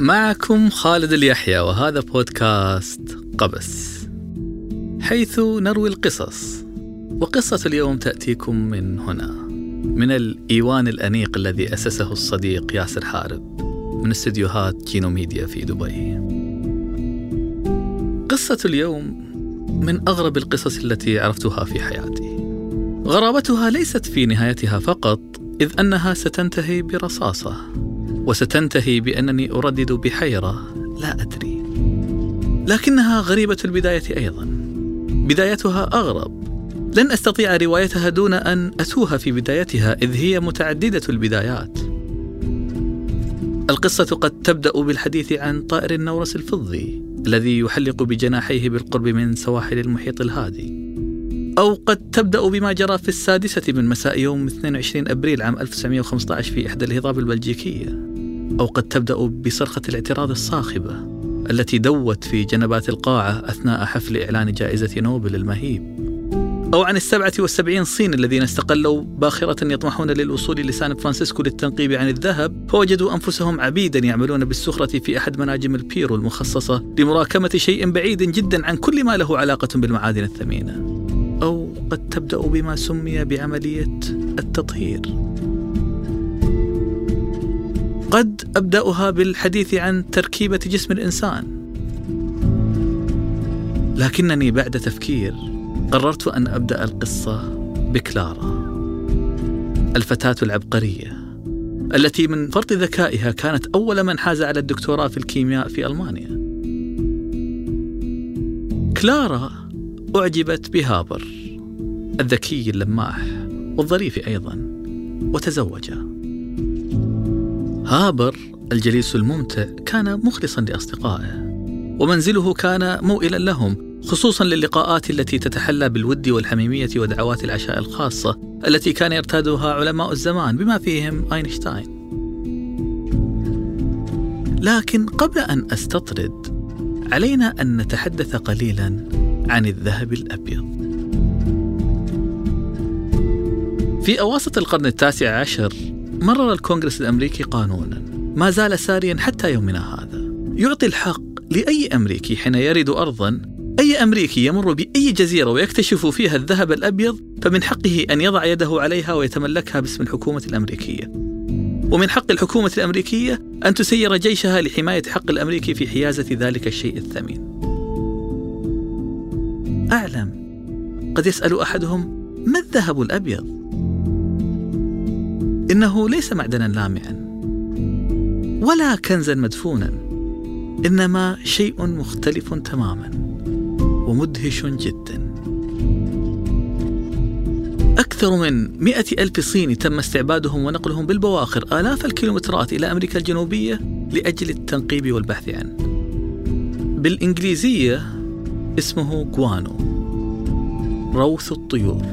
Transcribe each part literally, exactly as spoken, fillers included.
معكم خالد اليحيى، وهذا بودكاست قبس، حيث نروي القصص. وقصة اليوم تأتيكم من هنا، من الإيوان الأنيق الذي أسسه الصديق ياسر حارب من استديوهات جينو ميديا في دبي. قصة اليوم من أغرب القصص التي عرفتها في حياتي. غرابتها ليست في نهايتها فقط، إذ أنها ستنتهي برصاصة، وستنتهي بأنني أردد بحيرة لا أدري، لكنها غريبة البداية أيضا. بدايتها أغرب، لن أستطيع روايتها دون أن أتوه في بدايتها، إذ هي متعددة البدايات. القصة قد تبدأ بالحديث عن طائر النورس الفضي الذي يحلق بجناحيه بالقرب من سواحل المحيط الهادي، أو قد تبدأ بما جرى في السادسة من مساء يوم اثنين وعشرين أبريل عام ألف وتسعمائة وخمسة عشر في إحدى الهضاب البلجيكية، أو قد تبدأ بصرخة الاعتراض الصاخبة التي دوت في جنبات القاعة أثناء حفل إعلان جائزة نوبل المهيب، أو عن السبعة والسبعين صين الذين استقلوا باخرة يطمحون للوصول لسان فرانسيسكو للتنقيب عن الذهب، فوجدوا أنفسهم عبيدا يعملون بالسخرة في أحد مناجم البيرو المخصصة لمراكمة شيء بعيد جدا عن كل ما له علاقة بالمعادن الثمينة. أو قد تبدأ بما سمي بعملية التطهير. قد أبدأها بالحديث عن تركيبة جسم الإنسان، لكنني بعد تفكير قررت أن أبدأ القصة بكلارا، الفتاة العبقرية التي من فرط ذكائها كانت أول من حاز على الدكتوراه في الكيمياء في ألمانيا. كلارا أعجبت بهابر الذكي اللماح والظريف أيضا، وتزوجا. هابر الجليس الممتع كان مخلصا لأصدقائه، ومنزله كان موئلا لهم، خصوصا للقاءات التي تتحلى بالود والحميمية ودعوات العشاء الخاصة التي كان يرتادها علماء الزمان بما فيهم أينشتاين. لكن قبل أن أستطرد علينا أن نتحدث قليلا عن الذهب الأبيض. في أواسط القرن التاسع عشر مرر الكونغرس الأمريكي قانونا ما زال ساريا حتى يومنا هذا، يعطي الحق لأي أمريكي حين يرد أرضا. أي أمريكي يمر بأي جزيرة ويكتشف فيها الذهب الأبيض فمن حقه أن يضع يده عليها ويتملكها باسم الحكومة الأمريكية، ومن حق الحكومة الأمريكية أن تسير جيشها لحماية حق الأمريكي في حيازة ذلك الشيء الثمين. أعلم، قد يسأل أحدهم: ما الذهب الأبيض؟ إنه ليس معدنا لامعا ولا كنزا مدفونا، إنما شيء مختلف تماما ومدهش جدا. أكثر من مئة ألف صيني تم استعبادهم ونقلهم بالبواخر آلاف الكيلومترات إلى أمريكا الجنوبية لأجل التنقيب والبحث عنه. بالإنجليزية اسمه غوانو، روث الطيور.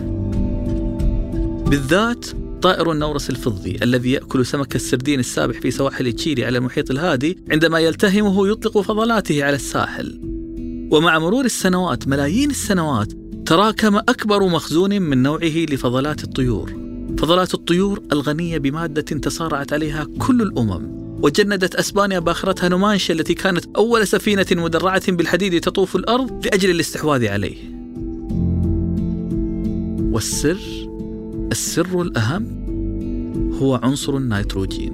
بالذات طائر النورس الفضي الذي يأكل سمك السردين السابح في سواحل تشيلي على المحيط الهادي، عندما يلتهمه يطلق فضلاته على الساحل. ومع مرور السنوات، ملايين السنوات، تراكم أكبر مخزون من نوعه لفضلات الطيور، فضلات الطيور الغنية بمادة تصارعت عليها كل الأمم، وجندت أسبانيا باخرتها نومانشا التي كانت أول سفينة مدرعة بالحديد تطوف الأرض لأجل الاستحواذ عليه. والسر السر الأهم هو عنصر النيتروجين.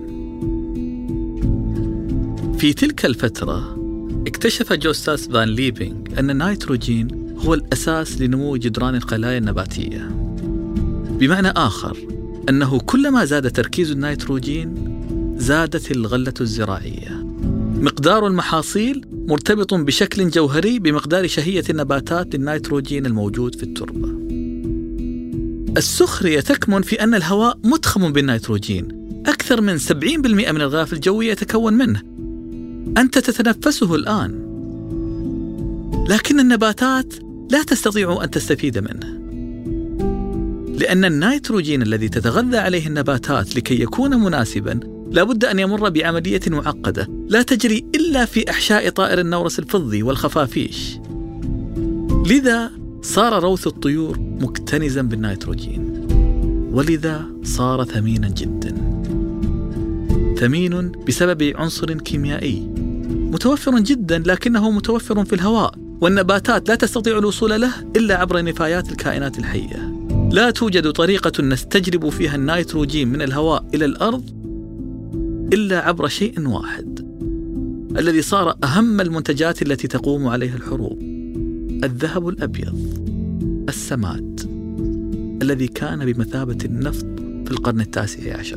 في تلك الفترة اكتشف جوستاس فان ليبينغ أن النيتروجين هو الأساس لنمو جدران الخلايا النباتية. بمعنى آخر، أنه كلما زاد تركيز النيتروجين زادت الغلة الزراعية. مقدار المحاصيل مرتبط بشكل جوهري بمقدار شهية النباتات للنيتروجين الموجود في التربة. السخرية تكمن في أن الهواء متخم بالنيتروجين، أكثر من سبعين بالمئة من الغلاف الجوي يتكون منه. أنت تتنفسه الآن، لكن النباتات لا تستطيع أن تستفيد منه، لأن النيتروجين الذي تتغذى عليه النباتات لكي يكون مناسباً لابد أن يمر بعملية معقدة لا تجري إلا في أحشاء طائر النورس الفضي والخفافيش. لذا صار روث الطيور مكتنزاً بالنيتروجين، ولذا صار ثميناً جداً. ثمين بسبب عنصر كيميائي متوفر جدا، لكنه متوفر في الهواء، والنباتات لا تستطيع الوصول له إلا عبر نفايات الكائنات الحية. لا توجد طريقة نستجلب فيها النيتروجين من الهواء إلى الأرض إلا عبر شيء واحد الذي صار أهم المنتجات التي تقوم عليها الحروب: الذهب الأبيض، السماد، الذي كان بمثابة النفط في القرن التاسع عشر.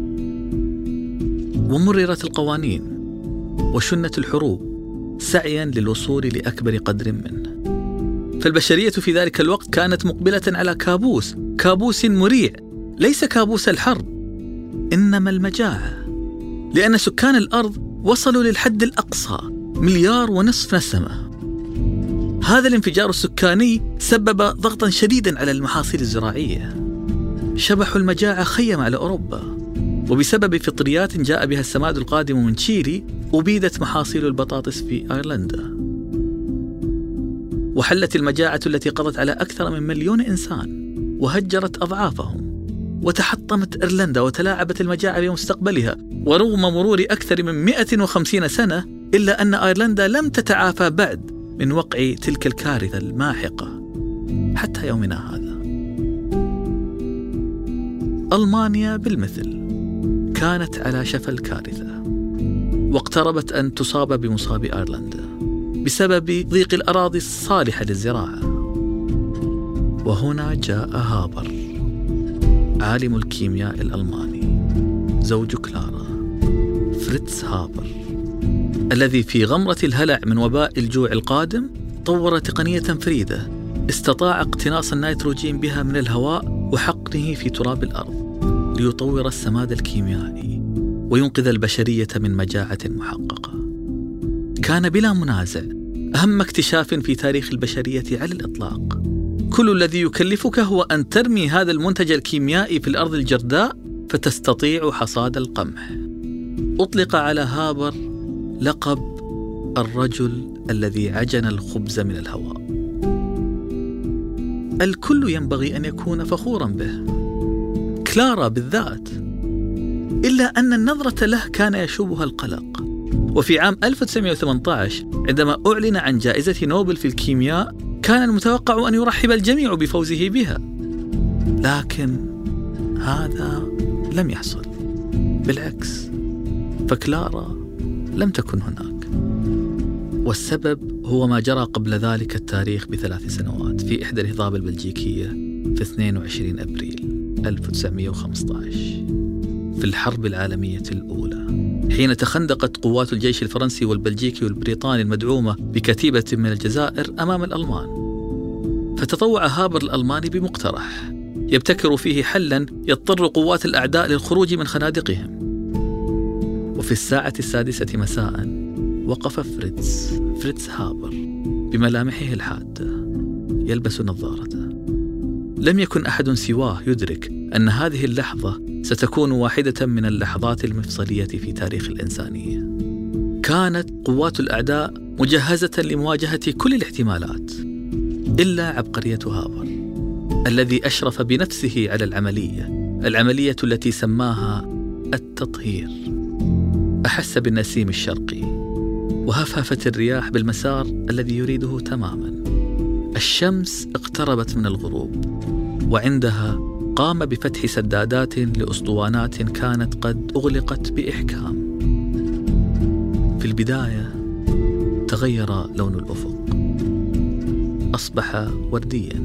ومررت القوانين وشنت الحروب سعيا للوصول لأكبر قدر منه. فالبشرية في ذلك الوقت كانت مقبلة على كابوس كابوس مريع، ليس كابوس الحرب إنما المجاعة، لأن سكان الأرض وصلوا للحد الأقصى، مليار ونصف نسمة. هذا الانفجار السكاني سبب ضغطا شديدا على المحاصيل الزراعية. شبح المجاعة خيم على أوروبا، وبسبب فطريات جاء بها السماد القادم من تشيلي أبيدت محاصيل البطاطس في أيرلندا. وحلت المجاعة التي قضت على أكثر من مليون إنسان وهجرت أضعافهم، وتحطمت إيرلندا وتلاعبت المجاعة بمستقبلها. ورغم مرور أكثر من مئة وخمسين سنة إلا أن أيرلندا لم تتعافى بعد من وقع تلك الكارثة الماحقة حتى يومنا هذا. ألمانيا بالمثل كانت على شفا الكارثة، واقتربت أن تصاب بمصاب أيرلندا بسبب ضيق الأراضي الصالحة للزراعة. وهنا جاء هابر عالم الكيمياء الألماني زوج كلارا، فريتز هابر، الذي في غمرة الهلع من وباء الجوع القادم طور تقنية فريدة استطاع اقتناص النيتروجين بها من الهواء وحقنه في تراب الأرض ليطور السماد الكيميائي وينقذ البشرية من مجاعة محققة. كان بلا منازع أهم اكتشاف في تاريخ البشرية على الإطلاق. كل الذي يكلفك هو أن ترمي هذا المنتج الكيميائي في الأرض الجرداء فتستطيع حصاد القمح. أطلق على هابر لقب الرجل الذي عجن الخبز من الهواء. الكل ينبغي أن يكون فخورا به، كلارا بالذات، إلا أن النظرة له كان يشوبها القلق. وفي عام ألف وتسعمائة وثمانية عشر عندما أعلن عن جائزة نوبل في الكيمياء كان المتوقع أن يرحب الجميع بفوزه بها، لكن هذا لم يحصل. بالعكس، فكلارا لم تكن هناك، والسبب هو ما جرى قبل ذلك التاريخ بثلاث سنوات في إحدى الهضاب البلجيكية في اثنين وعشرين أبريل ألف وتسعمائة وخمسة عشر في الحرب العالمية الأولى، حين تخندقت قوات الجيش الفرنسي والبلجيكي والبريطاني المدعومة بكتيبة من الجزائر أمام الألمان. فتطوع هابر الألماني بمقترح يبتكر فيه حلا يضطر قوات الأعداء للخروج من خنادقهم. وفي الساعة السادسة مساء وقف فريتز فريتز هابر بملامحه الحادة يلبس نظارته. لم يكن أحد سواه يدرك أن هذه اللحظة ستكون واحدة من اللحظات المفصلية في تاريخ الإنسانية. كانت قوات الأعداء مجهزة لمواجهة كل الاحتمالات إلا عبقرية هابر الذي أشرف بنفسه على العملية العملية التي سماها التطهير. أحس بالنسيم الشرقي وهفهفت الرياح بالمسار الذي يريده تماما. الشمس اقتربت من الغروب، وعندها قام بفتح سدادات لأسطوانات كانت قد أغلقت بإحكام. في البداية تغير لون الأفق، أصبح ورديا،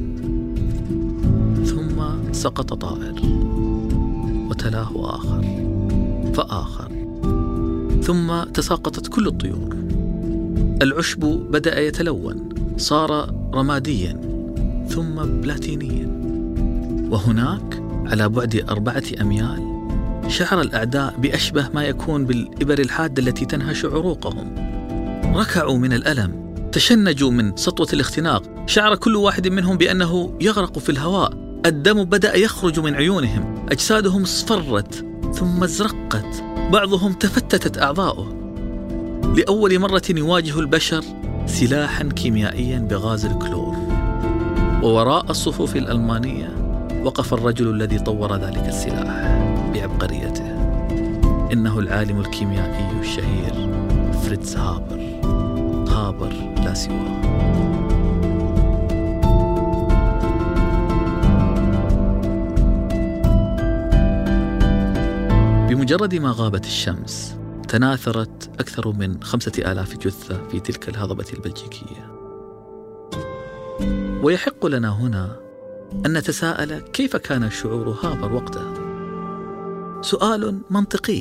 ثم سقط طائر وتلاه آخر فآخر، ثم تساقطت كل الطيور. العشب بدأ يتلون، صار رماديا ثم بلاتينيا. وهناك على بعد أربعة أميال شعر الأعداء بأشبه ما يكون بالإبر الحادة التي تنهش عروقهم. ركعوا من الألم، تشنجوا من سطوة الاختناق، شعر كل واحد منهم بأنه يغرق في الهواء. الدم بدأ يخرج من عيونهم، أجسادهم اصفرت ثم ازرقت، بعضهم تفتتت أعضاؤه. لأول مرة يواجه البشر سلاحا كيميائيا بغاز الكلور. ووراء الصفوف الألمانية وقف الرجل الذي طور ذلك السلاح بعبقريته. إنه العالم الكيميائي الشهير فريتز هابر. هابر لا سواه. بمجرد ما غابت الشمس تناثرت أكثر من خمسة آلاف جثة في تلك الهضبة البلجيكية. ويحق لنا هنا أن نتساءل كيف كان شعور هابر وقتها. سؤال منطقي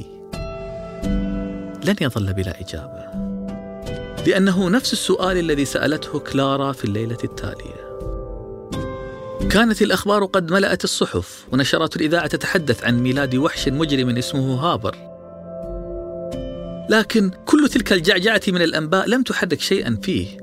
لن يظل بلا إجابة، لأنه نفس السؤال الذي سألته كلارا في الليلة التالية. كانت الأخبار قد ملأت الصحف ونشرات الإذاعة تتحدث عن ميلاد وحش مجرم اسمه هابر، لكن كل تلك الجعجعة من الأنباء لم تحرك شيئا فيه.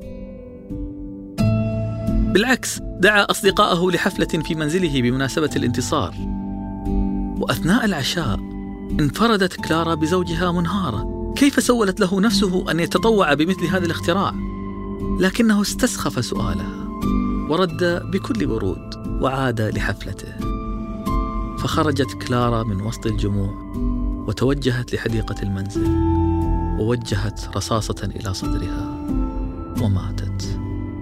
بالعكس، دعا أصدقائه لحفلة في منزله بمناسبة الانتصار، وأثناء العشاء انفردت كلارا بزوجها منهارة. كيف سولت له نفسه أن يتطوع بمثل هذا الاختراع؟ لكنه استسخف سؤالها ورد بكل برود وعاد لحفلته. فخرجت كلارا من وسط الجموع وتوجهت لحديقة المنزل، ووجهت رصاصة إلى صدرها وماتت.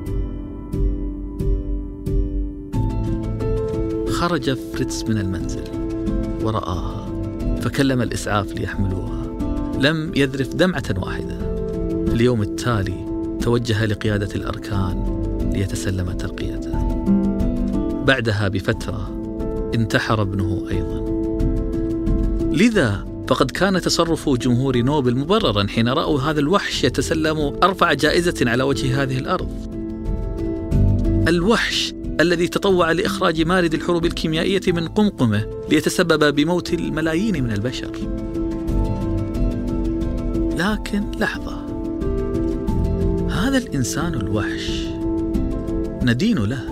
خرج فريتز من المنزل ورآها، فكلم الإسعاف ليحملوها. لم يذرف دمعة واحدة. في اليوم التالي توجه لقيادة الأركان ليتسلم ترقيته. بعدها بفترة انتحر ابنه أيضا. لذا فقد كان تصرف جمهور نوبل مبررا حين رأوا هذا الوحش يتسلم أرفع جائزة على وجه هذه الأرض. الوحش الذي تطوع لإخراج مارد الحروب الكيميائية من قمقمه ليتسبب بموت الملايين من البشر. لكن لحظة، هذا الإنسان الوحش ندين له.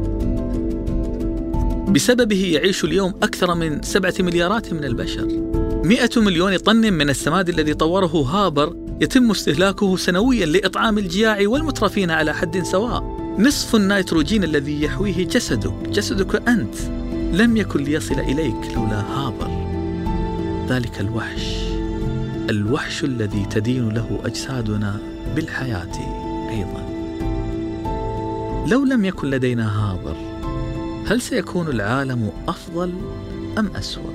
بسببه يعيش اليوم أكثر من سبعة مليارات من البشر. مئة مليون طن من السماد الذي طوره هابر يتم استهلاكه سنويا لإطعام الجياع والمترفين على حد سواء. نصف النيتروجين الذي يحويه جسدك جسدك أنت لم يكن ليصل إليك لولا هابر. ذلك الوحش، الوحش الذي تدين له أجسادنا بالحياة أيضا. لو لم يكن لدينا هابر، هل سيكون العالم أفضل أم أسوأ؟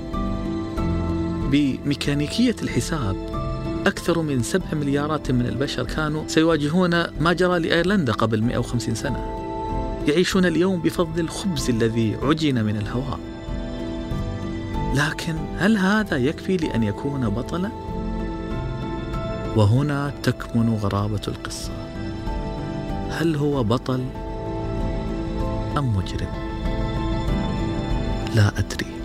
بميكانيكية الحساب أكثر من سبع مليارات من البشر كانوا سيواجهون ما جرى لأيرلندا قبل مئة وخمسين سنة. يعيشون اليوم بفضل الخبز الذي عجن من الهواء. لكن هل هذا يكفي لأن يكون بطلا؟ وهنا تكمن غرابة القصة. هل هو بطل أم مجرم؟ لا أدري.